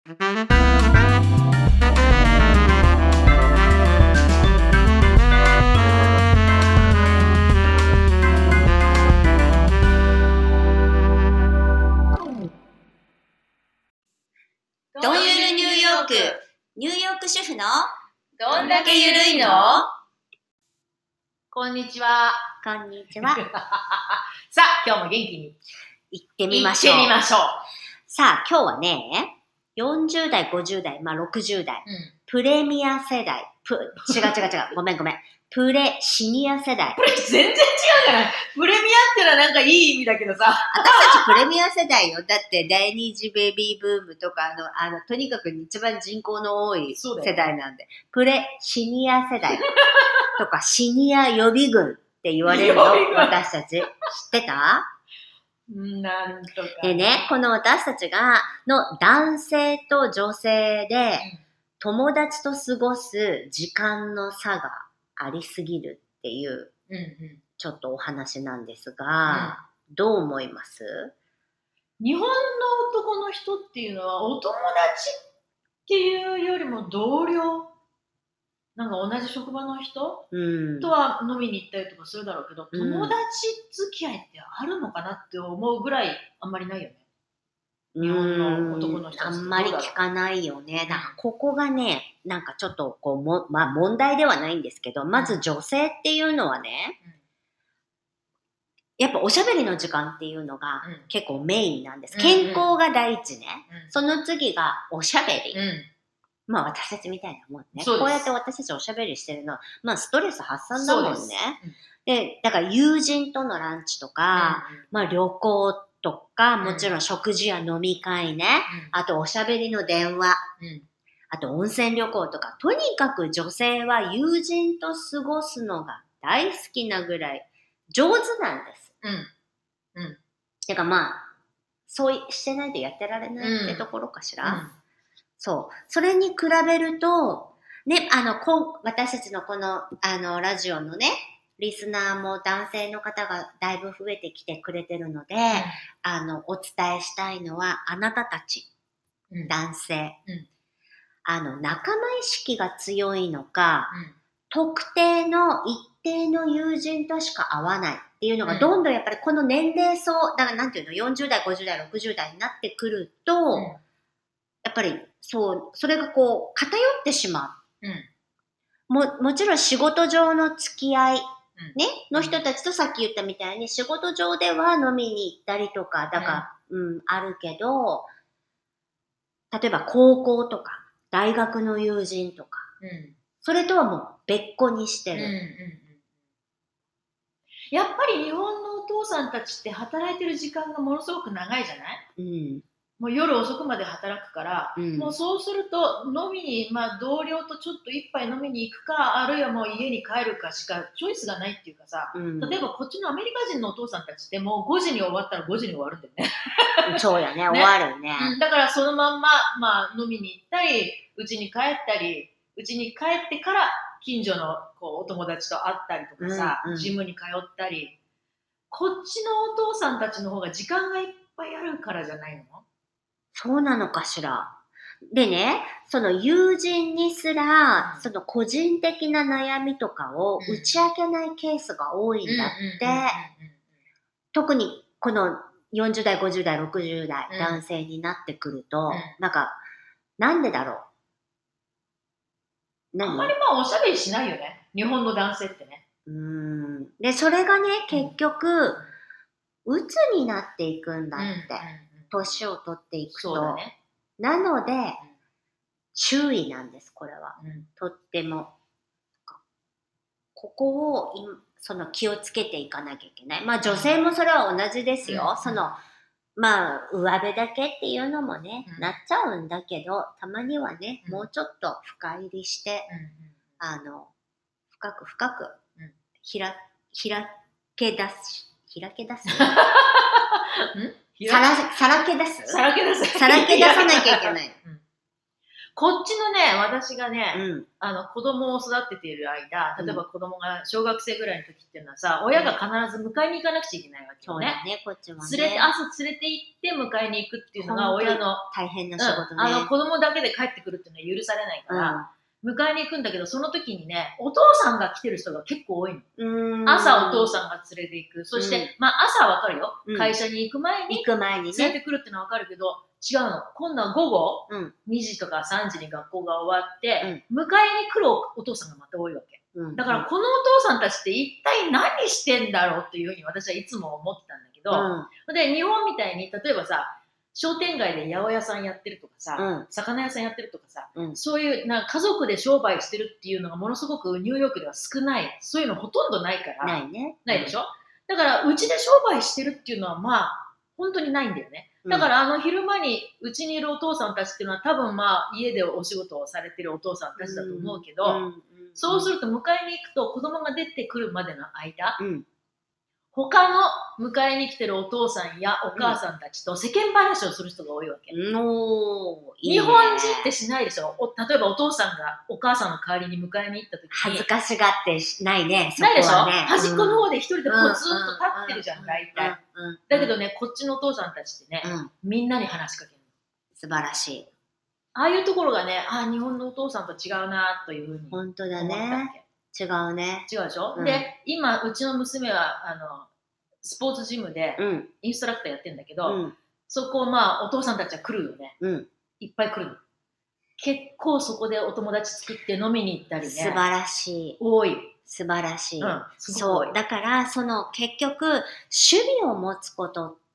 どんゆるニューヨーク、ニューヨーク主婦のどんだけゆるいの？こんにちは。 こんにちは。 さあ、今日も元気に行ってみましょう。 行ってみましょう。 さあ、今日はね、40代、50代、60代、プレミア世代、違う、ごめん。プレシニア世代。 これ全然違うじゃない。プレミアってのはなんかいい意味だけどさ。 私たちプレミア世代よ。だって第二次ベビーブームとかとにかく一番人口の多い世代なんで、プレシニア世代とかシニア予備軍って言われるの、私たち。知ってた？ なんとか。 でね、この私たちの男性と女性で、友達と過ごす時間の差がありすぎるっていう、ちょっとお話なんですが、どう思います？ 日本の男の人っていうのはお友達っていうよりも同僚、なんか同じ職場の人、とは飲みに行ったりとかするだろうけど、友達付き合いってあるのかなって思うぐらいあんまりないよね。日本の男の人たちってあんまり聞かないよね。だからここがね、なんかちょっとこう問題ではないんですけど、まず女性っていうのはね、やっぱおしゃべりの時間っていうのが結構メインなんです。健康が第一ね。その次がおしゃべり。まあ私たちみたいなもんね。こうやって私たちおしゃべりしてるのは、まあストレス発散だもんね。で、だから友人とのランチとか、まあ旅行とか、もちろん食事や飲み会ね。あとおしゃべりの電話。あと温泉旅行とか。とにかく女性は友人と過ごすのが大好きなぐらい上手なんです。てかまあ、そうしてないとやってられないってところかしら。そう。それに比べると、ね、私たちのこの、ラジオのね、リスナーも男性の方がだいぶ増えてきてくれてるので、お伝えしたいのは、あなたたち、男性、仲間意識が強いのか、特定の一定の友人としか会わないっていうのが、どんどんやっぱりこの年齢層、だからなんていうの、40代、50代、60代になってくると、やっぱりそれがこう偏ってしまう。もちろん仕事上の付き合い、ね、の人たちとさっき言ったみたいに仕事上では飲みに行ったりとか、だから、あるけど、例えば高校とか大学の友人とか、それとはもう別個にしてる。 やっぱり日本のお父さんたちって働いてる時間がものすごく長いじゃない？もう夜遅くまで働くから、もうそうすると飲みに、同僚とちょっと一杯飲みに行くか、あるいはもう家に帰るかしかチョイスがないっていうかさ、例えばこっちのアメリカ人のお父さんたちってもう5時に終わったら5時に終わるんだよね。 そうやね、終わるね。 だからそのまんま、飲みに行ったり、家に帰ったり、家に帰ってから近所のお友達と会ったりとかさ、ジムに通ったり、こっちのお父さんたちの方が時間がいっぱいあるからじゃないの？ そうなのかしら。でね、その友人にすら、その個人的な悩みとかを打ち明けないケースが多いんだって。特にこの40代、50代、60代、男性になってくると、なんでだろう。あんまりおしゃべりしないよね。日本の男性ってね。 で、それがね、結局、鬱になっていくんだって。年を取っていくと。なので、注意なんです、これは。とっても。ここを気をつけていかなきゃいけない。女性もそれは同じですよ。上辺だけっていうのもね、なっちゃうんだけど、たまにはね、もうちょっと深入りして、深く、開け出すさらけ出さなきゃいけない。 こっちのね、私がね、子供を育てている間、例えば子供が小学生ぐらいの時っていうのはさ、親が必ず迎えに行かなくちゃいけないわけよね。 そうだね、こっちはね。 朝連れて行って迎えに行くっていうのが親の大変な仕事ね。 子供だけで帰ってくるっていうのは許されないから、迎えに行くんだけど、その時にね、お父さんが来てる人が結構多いの。朝お父さんが連れて行く。そして、朝はわかるよ。会社に行く前に連れてくるってのはわかるけど、違うの。今度は午後、2時とか3時に学校が終わって、迎えに来るお父さんがまた多いわけ。だからこのお父さんたちって一体何してんだろうっていうふうに私はいつも思ってたんだけど、で、日本みたいに、例えばさ、商店街で八百屋さんやってるとかさ、魚屋さんやってるとかさ、そういう家族で商売してるっていうのがものすごくニューヨークでは少ない。そういうのほとんどないから。 ないね。 ないでしょ？だから、うちで商売してるっていうのはまあ、本当にないんだよね。だから昼間にうちにいるお父さんたちっていうのは多分家でお仕事をされてるお父さんたちだと思うけど、そうすると迎えに行くと子供が出てくるまでの間、他の迎えに来てるお父さんやお母さんたちと世間話をする人が多いわけ。日本人ってしないでしょ。例えばお父さんがお母さんの代わりに迎えに行った時に恥ずかしがってないね。 ないでしょ。端っこの方で一人でポツンと立ってるじゃん、大体。だけどね、こっちのお父さんたちってね、みんなに話しかけるの。 素晴らしい。 ああいうところがね、日本のお父さんと違うなというふうに思ったわけ。本当だね。違うね。 違うでしょ、で、今、うちの娘は、スポーツジムでインストラクターやってるんだけど、そこお父さんたちは来るよね。いっぱい来るの。結構そこでお友達作って飲みに行ったりね。 素晴らしい。 多い。 素晴らしい。そう。だから、結局、趣味を持つことって、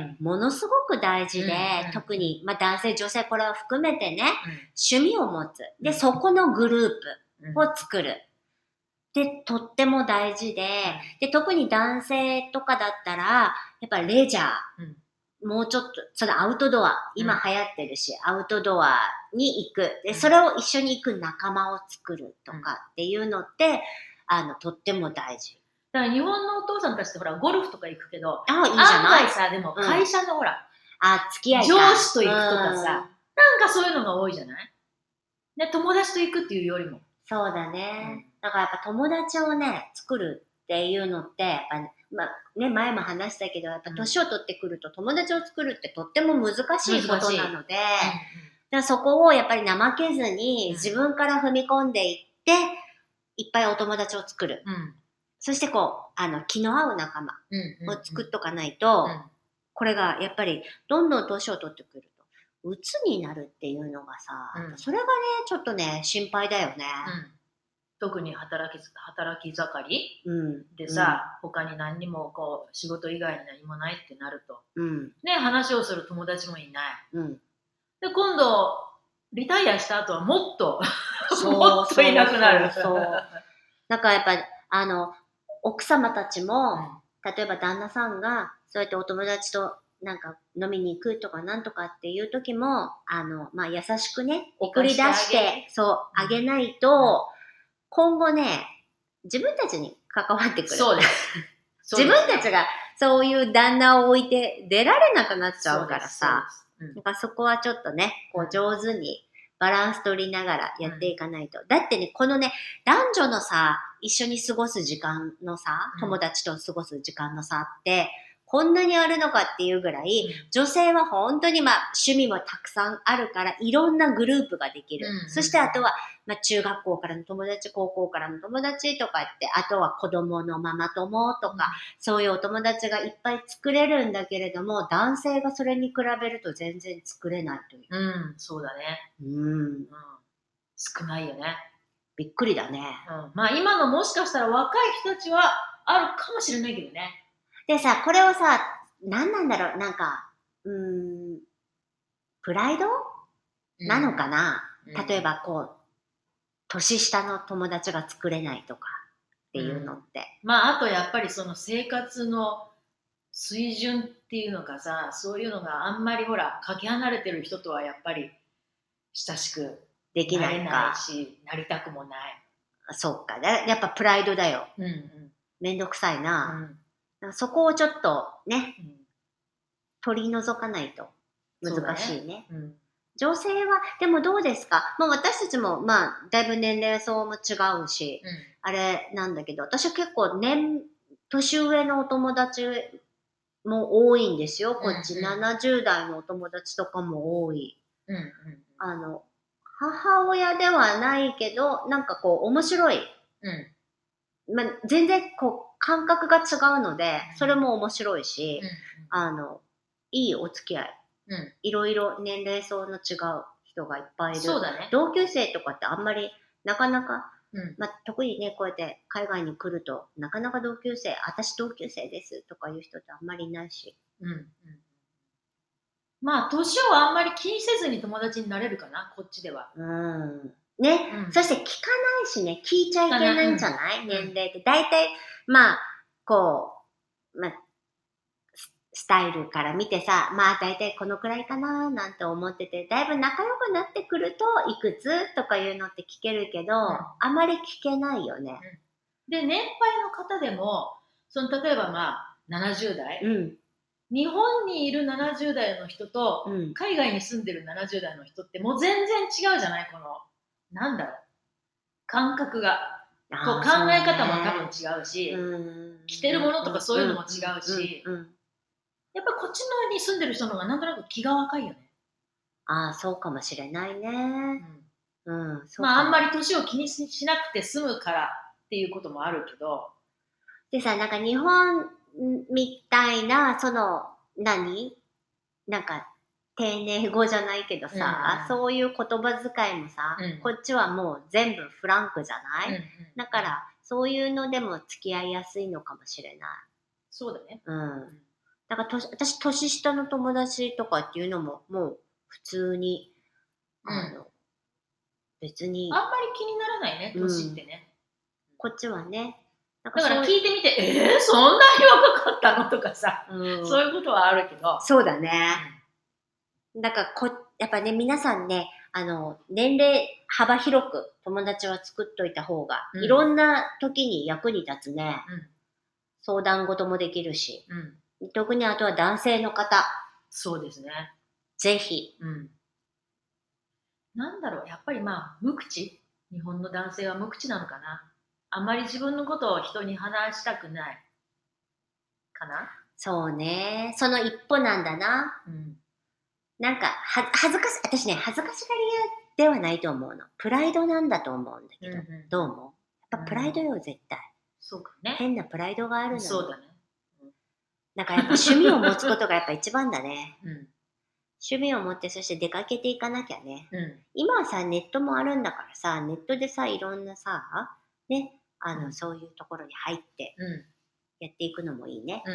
ものすごく大事で、特に、男性、女性、これを含めてね、趣味を持つ。で、そこのグループを作る。で、とっても大事で、特に男性とかだったら、やっぱりレジャー、もうちょっと、アウトドア、今流行ってるし、アウトドアに行く。で、それを一緒に行く仲間を作るとかっていうのって、とっても大事。 だから日本のお父さんたちってほら、ゴルフとか行くけど、 いいじゃない？ 案外さ、でも会社のほら、 付き合い上司と行くとかさ、なんかそういうのが多いじゃない？で、友達と行くっていうよりも。 そうだね。だからやっぱ友達をね、作るっていうのって、やっぱ前も話したけど、やっぱ年を取ってくると友達を作るってとっても難しいことなので、だからそこをやっぱり怠けずに自分から踏み込んでいって、いっぱいお友達を作る。そして気の合う仲間を作っとかないと、これがやっぱりどんどん年を取ってくると、鬱になるっていうのがさ、それがね、ちょっとね、心配だよね。 特に働き盛りでさ、他に何にも仕事以外に何もないってなると、ね、話をする友達もいない。で、今度、リタイアした後はもっと、もっといなくなる。 だからやっぱり、奥様たちも、例えば旦那さんが、そうやってお友達となんか飲みに行くとかなんとかっていう時も、優しくね、送り出して、あげないと、今後ね、自分たちに関わってくる。 そうです。 自分たちがそういう旦那を置いて出られなくなっちゃうからさ。だからそこはちょっとね、上手にバランス取りながらやっていかないと。だってね、このね、男女のさ、一緒に過ごす時間のさ、友達と過ごす時間の差って、こんなにあるのかっていうぐらい、女性は本当に趣味もたくさんあるから、いろんなグループができる。そしてあとは、中学校からの友達、高校からの友達とかって、あとは子供のママ友とか、そういうお友達がいっぱい作れるんだけれども、男性がそれに比べると全然作れないという。 そうだね。少ないよね。 びっくりだね。 今のもしかしたら若い人たちはあるかもしれないけどね。 でさ、これをさ、何なんだろう、なんか、プライドなのかな、例えば年下の友達が作れないとかっていうのって。 あとやっぱりその生活の水準っていうのかさ、そういうのがあんまりほら、かけ離れてる人とはやっぱり親しくできないし、なりたくもない。 そうか。やっぱプライドだよ。めんどくさいな。そこをちょっとね、取り除かないと難しいね。 女性は、でもどうですか？まあ私たちも、まあ、だいぶ年齢層も違うし、あれなんだけど、私は結構年上のお友達も多いんですよ。こっち、70代のお友達とかも多い。母親ではないけど、なんかこう、面白い。まあ、全然こう、感覚が違うので、それも面白いし、いいお付き合い。いろいろ年齢層の違う人がいっぱいいる。 そうだね。 同級生とかってあんまり、なかなか、まあ、特にね、こうやって海外に来ると、なかなか同級生、私同級生ですとかいう人ってあんまりいないし。 まあ、年をあんまり気にせずに友達になれるかな、こっちでは。 ね、そして聞かないしね、聞いちゃいけないんじゃない？年齢って。大体、まあ、こう、まあ、スタイルから見てさ、まあ大体このくらいかななんて思ってて、だいぶ仲良くなってくると、いくつとかいうのって聞けるけど、あまり聞けないよね。 で、年配の方でも、例えばまあ、70代、日本にいる70代の人と、海外に住んでる70代の人ってもう全然違うじゃない？なんだろう。感覚が。考え方も多分違うし、着てるものとかそういうのも違うし、やっぱこっちのに住んでる人の方がなんとなく気が若いよね。 ああ、そうかもしれないね。 まああんまり年を気にしなくて済むからっていうこともあるけど。 でさ、なんか日本みたいな、なんか丁寧語じゃないけどさ、そういう言葉遣いもさ、こっちはもう全部フランクじゃない？だからそういうのでも付き合いやすいのかもしれない。 そうだね。 だから私、年下の友達とかっていうのも、もう普通に、別に。 あんまり気にならないね、年ってね。 こっちはね。 だから聞いてみて、そんなに若かったのとかさ、そういうことはあるけど。 そうだね。だからやっぱね、皆さんね、年齢幅広く友達は作っといた方が、いろんな時に役に立つね。相談事もできるし。特にあとは男性の方。 そうですね。 ぜひ。 なんだろう、やっぱりまあ、無口？日本の男性は無口なのかな。あまり自分のことを人に話したくないかな。 そうね。その一歩なんだな。なんか、恥ずかしがり屋ではないと思うの。プライドなんだと思うんだけど。どう思う？やっぱプライドよ、絶対。 そうかね。 変なプライドがあるのよ。 そうだね。 なんかやっぱ趣味を持つことがやっぱ一番だね。趣味を持ってそして出かけていかなきゃね。今はさ、ネットもあるんだからさ、ネットでさ、いろんなさ、ね、そういうところに入ってやっていくのもいいね。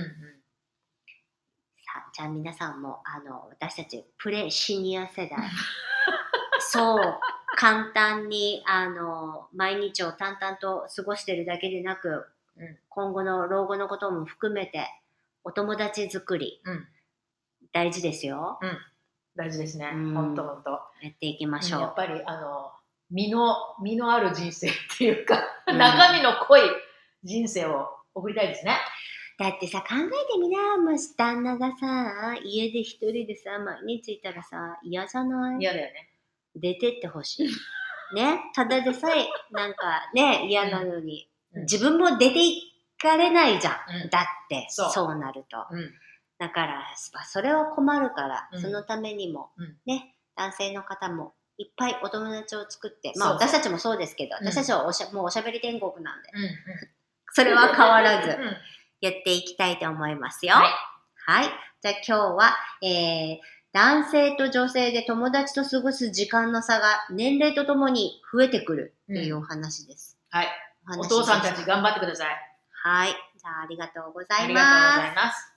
さあ、じゃあ皆さんも私たちプレシニア世代そう簡単に毎日を淡々と過ごしてるだけでなく、今後の老後のことも含めてお友達作り、大事ですよ。 大事ですね。本当やっていきましょう。 やっぱり身のある人生っていうか、中身の濃い人生を送りたいですね。 だってさ、考えてみな、もし旦那がさ、家で一人でさ、毎日いたらさ、嫌じゃない？ 嫌だよね。 出てってほしい。ね、ただでさえ、なんかね、嫌なのに、自分も出ていかれないじゃん。だって、そうなると。だから、それは困るから、そのためにも、ね、男性の方もいっぱいお友達を作って、まあ私たちもそうですけど、私たちはもうおしゃべり天国なんで、それは変わらずやっていきたいと思いますよ。はい。じゃあ今日は、男性と女性で友達と過ごす時間の差が年齢とともに増えてくるっていうお話です。 はい。お父さんたち頑張ってください。 はい。じゃあありがとうございます。 ありがとうございます。